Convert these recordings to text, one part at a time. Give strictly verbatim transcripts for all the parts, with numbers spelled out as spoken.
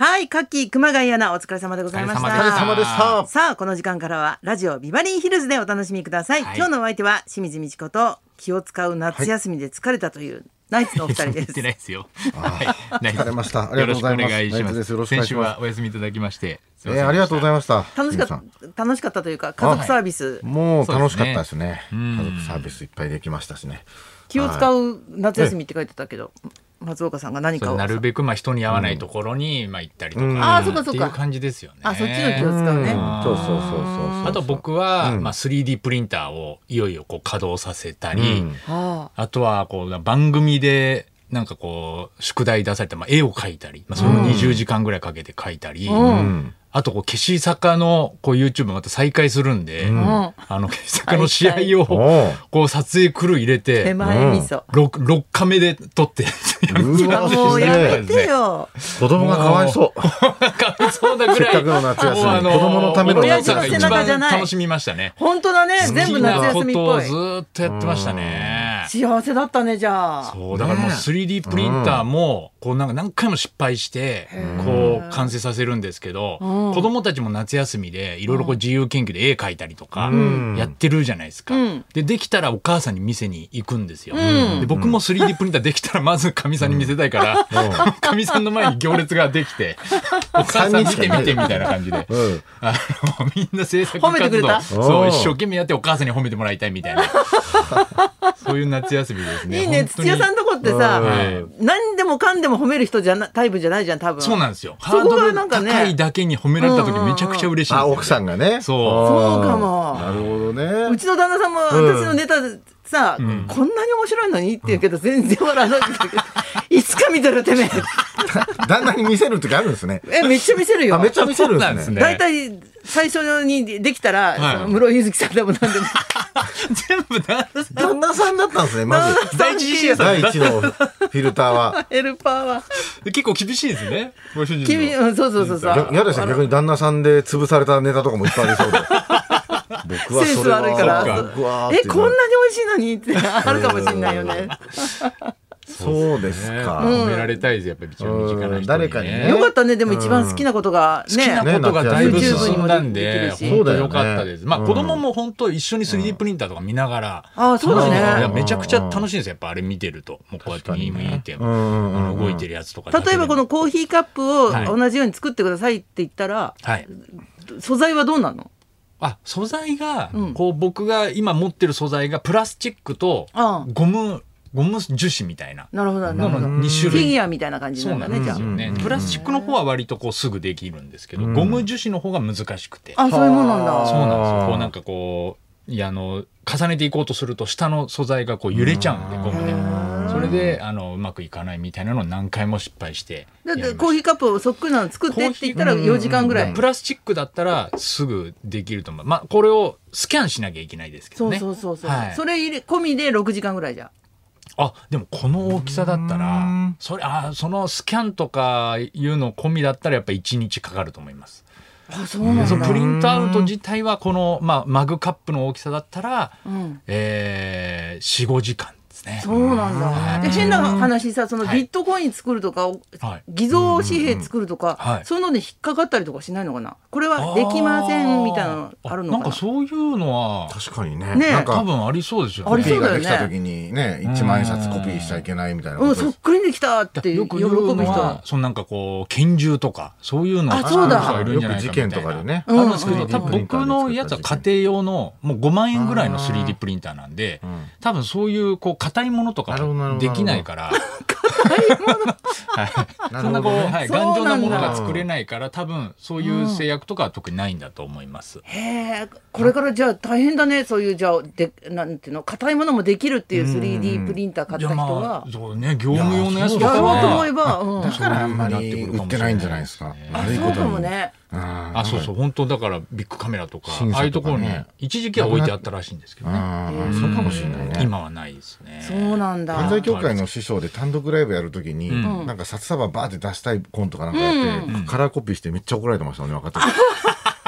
はい、カッキー熊谷アナお疲れ様でございました。 お疲れ様でした。 さあこの時間からはラジオビバリーヒルズでお楽しみください、はい、今日のお相手は清水美智子と気を使う夏休みで疲れたという、はい、ナイツのお二人です。 言ってないですよ。 疲れました。ありがとうございます。よろしくお願いします。 先週はお休みいただきまして、 えー、ありがとうございました。 楽しかった楽しかったというか家族サービス、 もう楽しかったですね。家族サービスいっぱいできましたしね。 気を使う夏休みって書いてたけど、松岡さんが何かをなるべくまあ人に会わないところにまあ行ったりとかっていう感じですよね。 あ、そっちの気を使うね。 そうそうそうそう。 あと僕はまあ スリーディー プリンターをいよいよこう稼働させたり、あとはこう番組でなんかこう宿題出されて、まあ、絵を描いたり、まあ、それもにじゅうじかんぐらいかけて描いたり、うん、あとこう消し坂のこう YouTube また再開するんで、うん、あの消し坂の試合をこう撮影クルー入れて手前味噌 6, 6カメで撮ってうわもうやめてよ。 子供がかわいそう。 かわいそうなぐらい。 せっかくの夏休み、子供のための夏休み。 一番楽しみましたね。 本当だね。全部夏休みっぽい。 ずっとやってましたね。 幸せだったねじゃあ。 そうだからもう スリーディー プリンターもこうなんか何回も失敗してこう完成させるんですけど、子供たちも夏休みでいろいろこう自由研究で絵描いたりとかやってるじゃないですか。でできたらお母さんに見せに行くんですよ。で僕も スリーディー プリンターできたらまずかみさんに見せたいから。かみさんの前に行列ができてお母さん見て見てみたいな感じで、うん、あのみんな制作活動そう一生懸命やってお母さんに褒めてもらいたいみたいなそういう夏休みですね。 いいね。土屋さんとこってさ、何でもかんでも褒める人じゃなタイプじゃないじゃん多分。 そうなんですよ。ハードル高いだけに褒められた時めちゃくちゃ嬉しいですよ、ね。 あ、奥さんがね。 そうそうかも。 なるほどね。 うちの旦那さんも私のネタさ、うん、こんなに面白いのにって言うけど全然笑わないいつか見てるてめえ旦那に見せる時あるんですね。 えめっちゃ見せるよ。 めっちゃ見せるんですね。 だいたい最初にできたら、はい、室井ゆずきさんでもなんでも全部旦那さん旦那さんだったんですね。まず第一次第一のフィルターはヘルパーは結構厳しいですね。ご主人の。うん、そうそうそうそう。 嫌ですね。逆に旦那さんで潰されたネタとかもいっぱいありそうで。僕はそれはセンス悪いからえこんなに美味しいのにってあるかもしれないよね。 そうですか。 褒められたいですやっぱり一番身近な人にね。 誰かにね。 よかったね。でも一番好きなことがね、 好きなことがだいぶ進んだんで本当良かったです。まあ子供も本当一緒に スリーディー プリンターとか見ながら、 あそうだね。 めちゃくちゃ楽しいですやっぱあれ見てると。もうこうやって見ても動いてるやつとか。 例えばこのコーヒーカップを同じように作ってくださいって言ったら、素材はどうなの？ あ素材が、うん、こう僕が今持ってる素材がプラスチックとゴムゴム樹脂みたいな。 なるほどなるほど。 に種類。 フィギュアみたいな感じなんだねじゃあ。 ね、プラスチックの方は割とこうすぐできるんですけど、ゴム樹脂の方が難しくて。 あそういうものなんだ。 そうなんですよ。こうなんかこういやあの重ねていこうとすると下の素材がこう揺れちゃうんでゴムで。それであのうまくいかないみたいなのを何回も失敗してだってコーヒーカップをそっくりなの作ってって言ったらよじかんぐらい。 プラスチックだったらすぐできると思う。まあこれをスキャンしなきゃいけないですけどね。 そうそうそうそう、はい、それ入れ込みでろくじかんぐらいじゃ。 あでもこの大きさだったらそれあそのスキャンとかいうの込みだったらやっぱいちにちかかると思います。 あそうなんだ。 そのプリントアウト自体はこの、まあ、マグカップの大きさだったら、うんえー、よん、ごじかんですね。 そうなんだ。で変な話さそのビットコイン作るとか、はい、偽造紙幣作るとか、はい、そういうので引っかかったりとかしないのかな。これはできませんみたいなのあるのかな。 なんかそういうのは確かにね。 ねなんか多分ありそうですよね。 ありそうだよね。 コピーができた時にねいちまんえん札コピーしちゃいけないみたいな。 うんそっくりできたってよく喜ぶ人はそのなんかこう拳銃とかそういうのあそうだがいるんじゃないかみたいな。 よく事件とかでね。 あるんですけど多分僕のやつは家庭用のもうごまんえんぐらいの スリーディー プリンターなんで多分そういうこう硬いものとかできないからそんなこう、はい、頑丈なものが作れないから多分そういう制約とかは特にないんだと思います。 へえこれからじゃあ大変だね。そういうじゃあでなんていうの硬いものもできるっていう スリーディー プリンター買った人は、 まあ、そうね業務用のやつとかやろうと思えば、 うん、だからあんまり売ってないんじゃないですか。 あそうかもね。 あそうそう本当だからビッグカメラとかああいうところに一時期は置いてあったらしいんですけどね。 そうかもしれないね。 今はないですね。 そうなんだ。 漫才協会の師匠で単独ライブやるときに、うん、なんか札束バーって出したいコンとかなんかやって、うん、カラーコピーしてめっちゃ怒られてましたね。分かってる。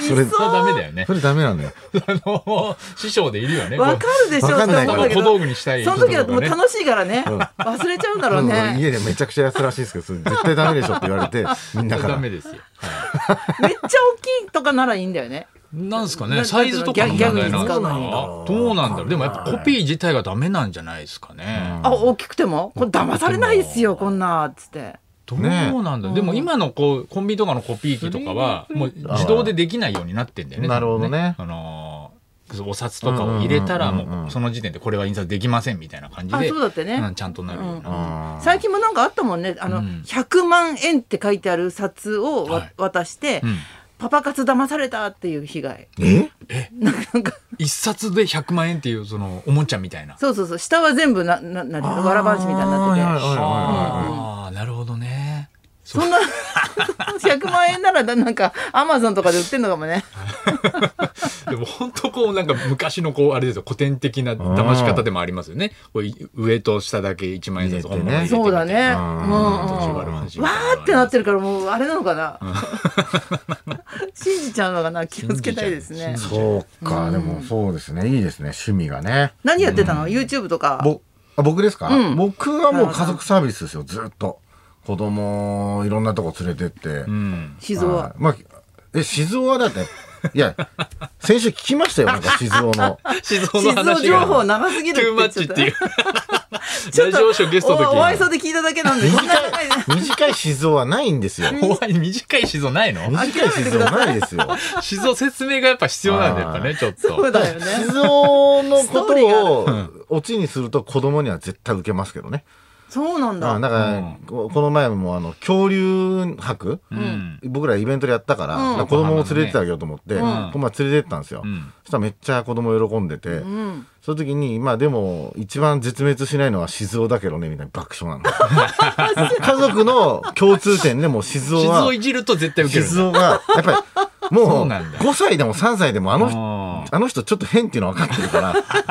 それそれはダメだよね。 それダメなんだよ。 あの師匠でいるよね。 わかるでしょ。 わかんないから小道具にしたい。 その時はもう楽しいからね。忘れちゃうんだろうね。 家でめちゃくちゃやつらしいですけど、それ絶対ダメでしょって言われて、みんなから。 ダメですよ。 めっちゃ大きいとかならいいんだよね。 なんですかね、サイズとかの問題なんですか。どうなんだろう。でもやっぱコピー自体がダメなんじゃないですかね。 あ、大きくてもこれ騙されないですよこんなっつって。 どうなんだ、ね、でも今のこうコンビニとかのコピー機とかはもう自動でできないようになってんだよね。 なるほどね。 あのお札とかを入れたらもうその時点でこれは印刷できませんみたいな感じで、 そうだってね、 ちゃんとなるようになる。 最近もなんかあったもんね。あの、うん、ひゃくまんえんって書いてある札をわ、はい、渡して、うん、パパ活騙されたっていう被害。 ええなんか一冊でひゃくまんえんっていうそのおもちゃみたいな。 そうそうそう、下は全部なななわらばんしみたいになってて。 ああ、なるほどね。 そんなひゃくまんえんならなんかアマゾンとかで売ってんのかもね。 でも本当こうなんか昔のこうあれですよ、古典的な騙し方でもありますよね。こう上と下だけいちまんえん札とかね。 そうだね。うん、わーってなってるからもうあれなのかな。信じちゃうのかな。気をつけたいですね。 そうか、でもそうですね。いいですね、趣味がね。 何やってたの？ YouTube とか。 ぼ僕ですか？僕はもう家族サービスですよ、ずっと。子供いろんなとこ連れてって、 静雄は、 まあ、え静雄はだっていや先週聞きましたよ、なんか静雄の静雄の話が情報長すぎるってトゥーマッチっていうラジオショーゲストの時お会いそうで聞いただけなんで短い短い静雄はないんですよ。 短い静雄ないの？ 短い静雄ないですよ。 静雄説明がやっぱ必要なんだやっぱね、ちょっと。 そうだよね。 静雄のことをオチにすると子供には絶対受けますけどね。 そうなんだ。 だから、うん、この前もあの恐竜博、うん、僕らイベントでやったから、うん、ら子供を連れてってあげようと思って、うん、この前連れてったんですよ。うん、そしたらめっちゃ子供喜んでて、うん、その時にまあでも一番絶滅しないのは静雄だけどねみたいな爆笑なの。家族の共通点でも静雄は静雄いじると絶対受ける。 静雄がやっぱりもうごさいでもさんさいでもあの人あの人ちょっと変っていうの分かってるから。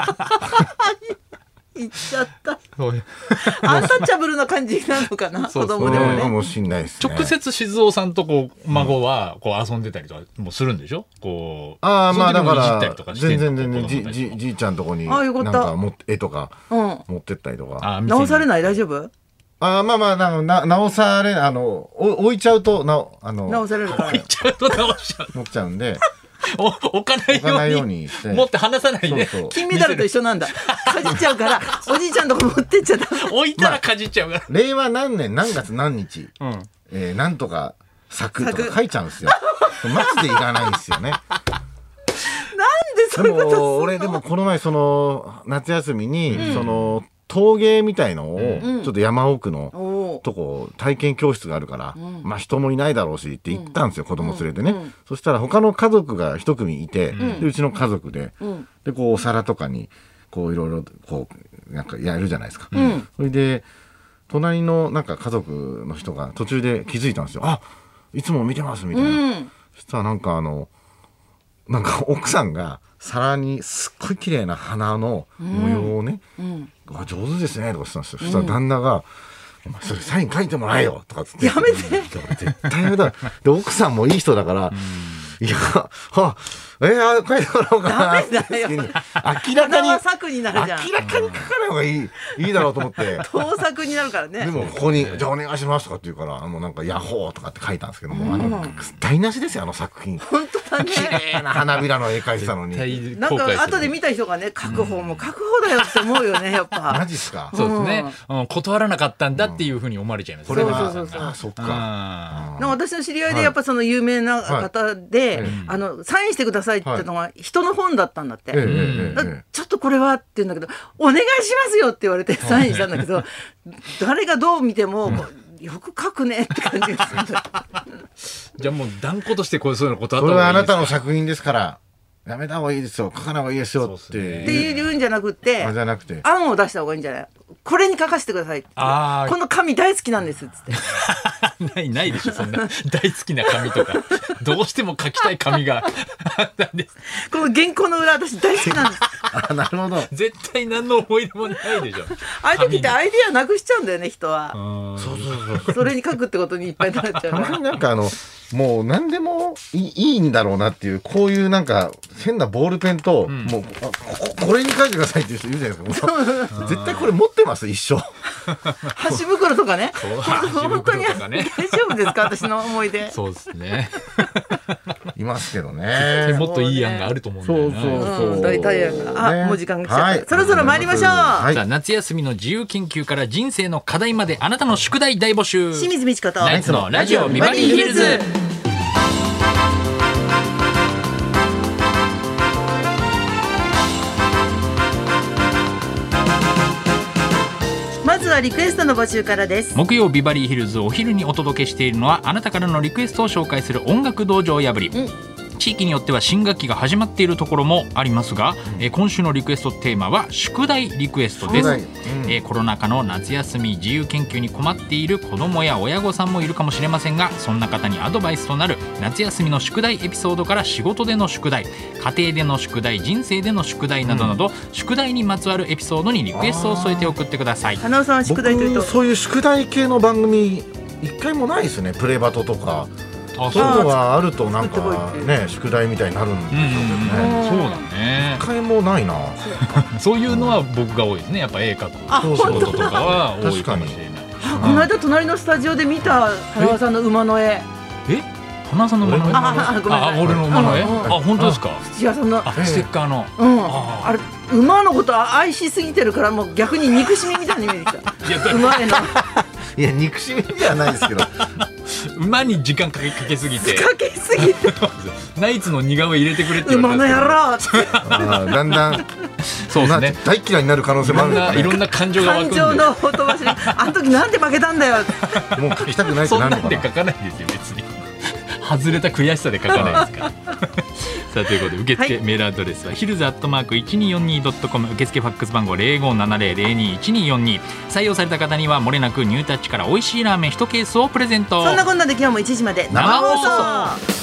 言っちゃったアンタッチャブルな感じなのかな。子供でもね。 かもしんないですね。 直接静雄さんとこう孫はこう遊んでたりとかもするんでしょ。こうああまあだから全然全然じじじいちゃんとこになんかも絵とか持ってったりとか。 直されない？大丈夫？ あまあまあなな直されあの置いちゃうとなあの直されるから置いちゃうと直しちゃう持っちゃうんで。 置かないように持って離さないで。 そうそう金メダルと一緒なんだ。かじっちゃうからおじいちゃんとこ持ってっちゃった。 置いたらかじっちゃうから、 まあ、令和何年何月何日、うんえー、なんとか作とか書いちゃうんですよ。マジでいらないんですよね。なんでそういうことするの？ でも俺でもこの前その夏休みに、うん、その陶芸みたいのを、うん、ちょっと山奥のとこ体験教室があるから、うん、まあ人もいないだろうしって言ったんですよ、うん、子供連れてね、うん、そしたら他の家族が一組いて、うん、でうちの家族で、うん、でこうお皿とかにこういろいろこうなんかやるじゃないですか、うん、それで隣のなんか家族の人が途中で気づいたんですよ。あ、いつも見てますみたいな、うん、そしたらなんかあのなんか奥さんが皿にすっごい綺麗な花の模様をね、うんうん、上手ですねとかしたんですよ。そしたら旦那が、お前それサイン書いてもらえよとかつって、 やめて絶対やめだ。で奥さんもいい人だから、いやはえー、書いてもらおうかなって明らかに作になるじゃん。 明らかに書かない方がいいいいだろうと思って盗作になるからね。 でもここにじゃあお願いしますとかって言うからもうなんかヤッホーとかって書いたんですけども、うん、あの台無しですよあの作品。 本当だね。 綺麗な花びらの絵描いてたのになんか後で見た人がね書く方も書く方だよって思うよねやっぱ。 マジっすか。 そうですね、うん、断らなかったんだっていうふうに思われちゃいます、 ね、これはそうそうそうそう。あそっか。 なんか私の知り合いでやっぱその有名な方で、はいはい、あのサインしてくださいって言ったのが人の本だったんだって、はい、ちょっとこれはって言うんだけどお願いしますよって言われてサインしたんだけど誰がどう見てもよく書くねって感じがするんだじゃあもう断固としてこうそういうのことあった方がいいですか。それはあなたの作品ですからやめた方がいいですよ書かない方がいいですよって、 ね、っていうんじゃなくてあじゃなくて案を出した方がいいんじゃない。これに書かせてくださいってあこの紙大好きなんですっつってないないでしょそんな大好きな紙とかどうしても書きたい紙があったんです。 この原稿の裏私大好きなんですあなるほど。 絶対何の思い出もないでしょああいう時ってアイディアなくしちゃうんだよね人は。 そうそうそうそれに書くってことにいっぱいになっちゃうたまになんかあのもう何でもい い, いいんだろうなっていう、こういうなんか変なボールペンと、うん、もうこ, これに書いてくださいっていう人いるじゃないですか。絶対これ持ってます一生。 箸袋とかね。 本当に大丈夫ですか、私の思い出。 そうですね。 いますけどね。 もっといい案があると思うんだよね。 そうそうそう。大体案が。あ、ね、もう時間が来ちゃった。はい、そろそろ参りましょう。 はい、さあ夏休みの自由研究から人生の課題まで、あなたの宿題大募集。 清水美智子とナイツのラジオビバリーヒルズ。 まずはリクエストの募集からです。 木曜ビバリーヒルズお昼にお届けしているのは、あなたからのリクエストを紹介する音楽道場破り、うん、地域によっては新学期が始まっているところもありますが、うん、え今週のリクエストテーマは宿題リクエストです、うんえコロナ禍の夏休み自由研究に困っている子どもや親御さんもいるかもしれませんが、そんな方にアドバイスとなる夏休みの宿題エピソードから、仕事での宿題、家庭での宿題、人生での宿題などなど、うん、宿題にまつわるエピソードにリクエストを添えて送ってください。 花尾さんは宿題というと、 僕そういう宿題系の番組一回もないですね。プレバトとかあそういうのがあるとなんかね宿題みたいになるんでしょうけどね。 そうだね。 一回もないな。 そういうのは僕が多いですね。やっぱ絵描く仕事とかは多いかもしれない。 この間隣のスタジオで見た花輪さんの馬の絵。 え？花輪さんの馬の絵？ あ、ごめんなさい。 あ、俺の馬の絵？あ、本当ですか？ 土屋さんのステッカーの。 うん。あれ馬のこと愛しすぎてるから、もう逆に憎しみみたいに見えてきた。馬への。 いや憎しみじゃないですけど。 馬に時間かけかけすぎてかけすぎてナイツの似顔絵入れてくれって言われた。馬の野郎ってだんだんそうですね、大嫌いになる可能性もあるんだね。 いろんな感情が湧くんで、 感情のほとばしり、あの時なんで負けたんだよもう書きたくないってなるのかな。 そんなんで書かないですよ別に。外れた悔しさで書かないですからさあということで受付、はい、メールアドレスはヒルズアットマーク いちにーよんにードットコム、受付ファックス番号 ゼロごーななゼロ ゼロにーいちにーよんにー。採用された方にはもれなくニュータッチから美味しいラーメンいちケースをプレゼント。 そんなこんなで今日もいちじまで生放送。